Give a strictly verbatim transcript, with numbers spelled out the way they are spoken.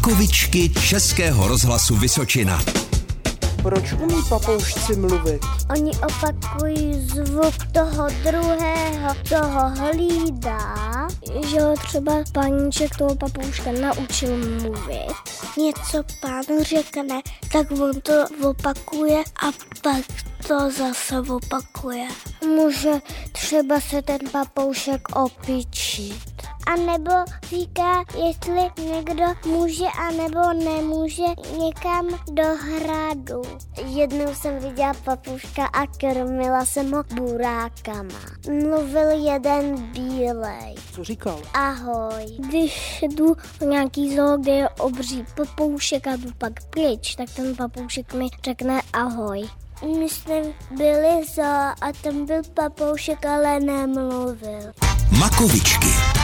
Makovičky Českého rozhlasu Vysočina. Proč umí papoušci mluvit? Oni opakují zvuk toho druhého, toho hlídá, že ho třeba paníček toho papouška naučil mluvit. Něco pán řekne, tak on to opakuje a pak to zase opakuje. Může třeba se ten papoušek opičit. A nebo říká, jestli někdo může a nebo nemůže někam do hradu. Jednou jsem viděla papouška a krmila jsem ho burákama. Mluvil jeden bílej. Co říkal? Ahoj. Když jdu do nějaký zoo, kde je obří papoušek a jdu pak pryč, tak ten papoušek mi řekne ahoj. My jsme byli zoo a tam byl papoušek, ale nemluvil. Makovičky.